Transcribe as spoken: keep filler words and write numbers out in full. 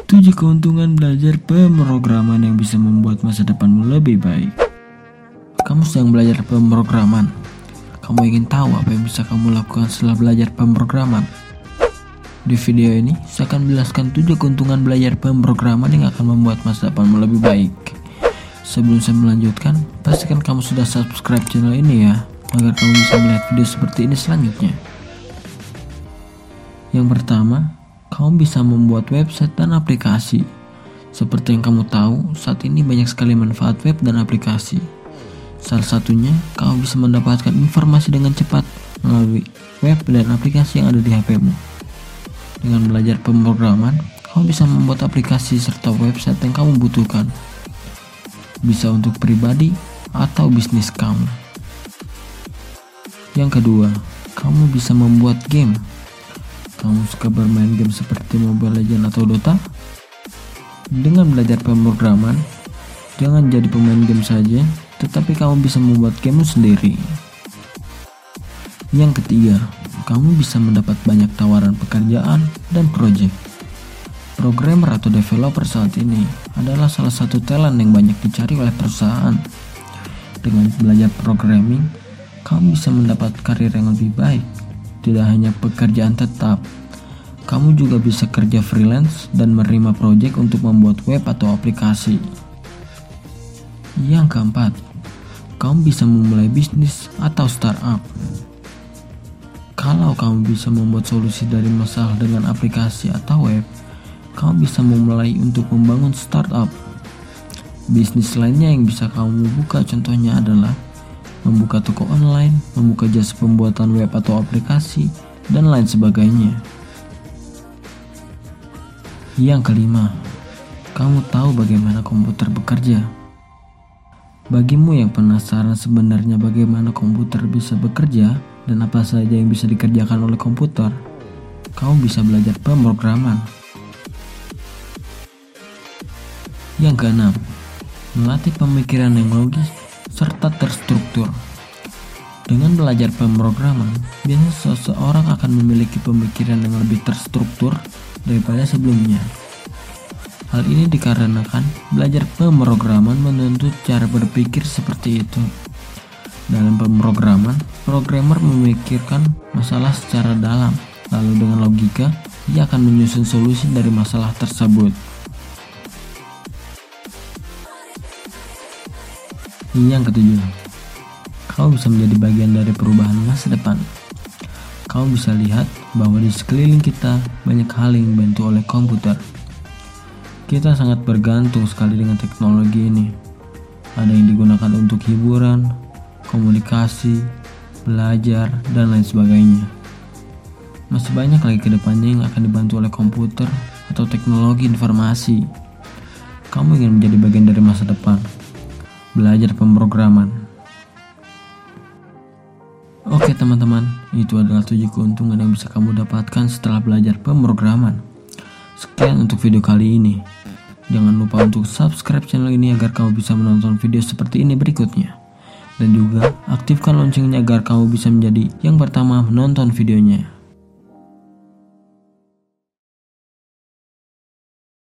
tujuh keuntungan belajar pemrograman yang bisa membuat masa depanmu lebih baik. Kamu sedang belajar pemrograman. Kamu ingin tahu apa yang bisa kamu lakukan setelah belajar pemrograman? Di video ini, saya akan menjelaskan tujuh keuntungan belajar pemrograman yang akan membuat masa depanmu lebih baik. Sebelum saya melanjutkan, pastikan kamu sudah subscribe channel ini ya, agar kamu bisa melihat video seperti ini selanjutnya. Yang pertama, kamu bisa membuat website dan aplikasi. Seperti yang kamu tahu, saat ini banyak sekali manfaat web dan aplikasi. Salah satunya, kamu bisa mendapatkan informasi dengan cepat melalui web dan aplikasi yang ada di H P-mu. Dengan belajar pemrograman, kamu bisa membuat aplikasi serta website yang kamu butuhkan. Bisa untuk pribadi atau bisnis kamu. Yang kedua, kamu bisa membuat game. Kamu suka bermain game seperti Mobile Legends atau Dota? Dengan belajar pemrograman, jangan jadi pemain game saja, tetapi kamu bisa membuat game sendiri. Yang ketiga, kamu bisa mendapat banyak tawaran pekerjaan dan proyek. Programmer atau developer saat ini adalah salah satu talent yang banyak dicari oleh perusahaan. Dengan belajar programming, kamu bisa mendapat karir yang lebih baik. Tidak hanya pekerjaan tetap, kamu juga bisa kerja freelance dan menerima proyek untuk membuat web atau aplikasi. Yang keempat, kamu bisa memulai bisnis atau startup. Kalau kamu bisa membuat solusi dari masalah dengan aplikasi atau web, kamu bisa memulai untuk membangun startup. Bisnis lainnya yang bisa kamu buka contohnya adalah membuka toko online, membuka jasa pembuatan web atau aplikasi, dan lain sebagainya. Yang kelima, kamu tahu bagaimana komputer bekerja. Bagimu yang penasaran sebenarnya bagaimana komputer bisa bekerja dan apa saja yang bisa dikerjakan oleh komputer, kamu bisa belajar pemrograman. Yang keenam, melatih pemikiran yang logis serta terstruktur. Dengan belajar pemrograman, biasanya seseorang akan memiliki pemikiran yang lebih terstruktur daripada sebelumnya. Hal ini dikarenakan belajar pemrograman menuntut cara berpikir seperti itu. Dalam pemrograman, programmer memikirkan masalah secara dalam, lalu dengan logika, ia akan menyusun solusi dari masalah tersebut. Yang ketujuh, kamu bisa menjadi bagian dari perubahan masa depan. Kamu bisa lihat bahwa di sekeliling kita banyak hal yang dibantu oleh komputer. Kita sangat bergantung sekali dengan teknologi ini. Ada yang digunakan untuk hiburan, komunikasi, belajar, dan lain sebagainya. Masih banyak lagi ke depannya yang akan dibantu oleh komputer atau teknologi informasi. Kamu ingin menjadi bagian dari masa depan. Belajar pemrograman. Oke teman-teman, itu adalah tujuh keuntungan yang bisa kamu dapatkan setelah belajar pemrograman. Sekian untuk video kali ini. Jangan lupa untuk subscribe channel ini agar kamu bisa menonton video seperti ini berikutnya. Dan juga aktifkan loncengnya agar kamu bisa menjadi yang pertama menonton videonya.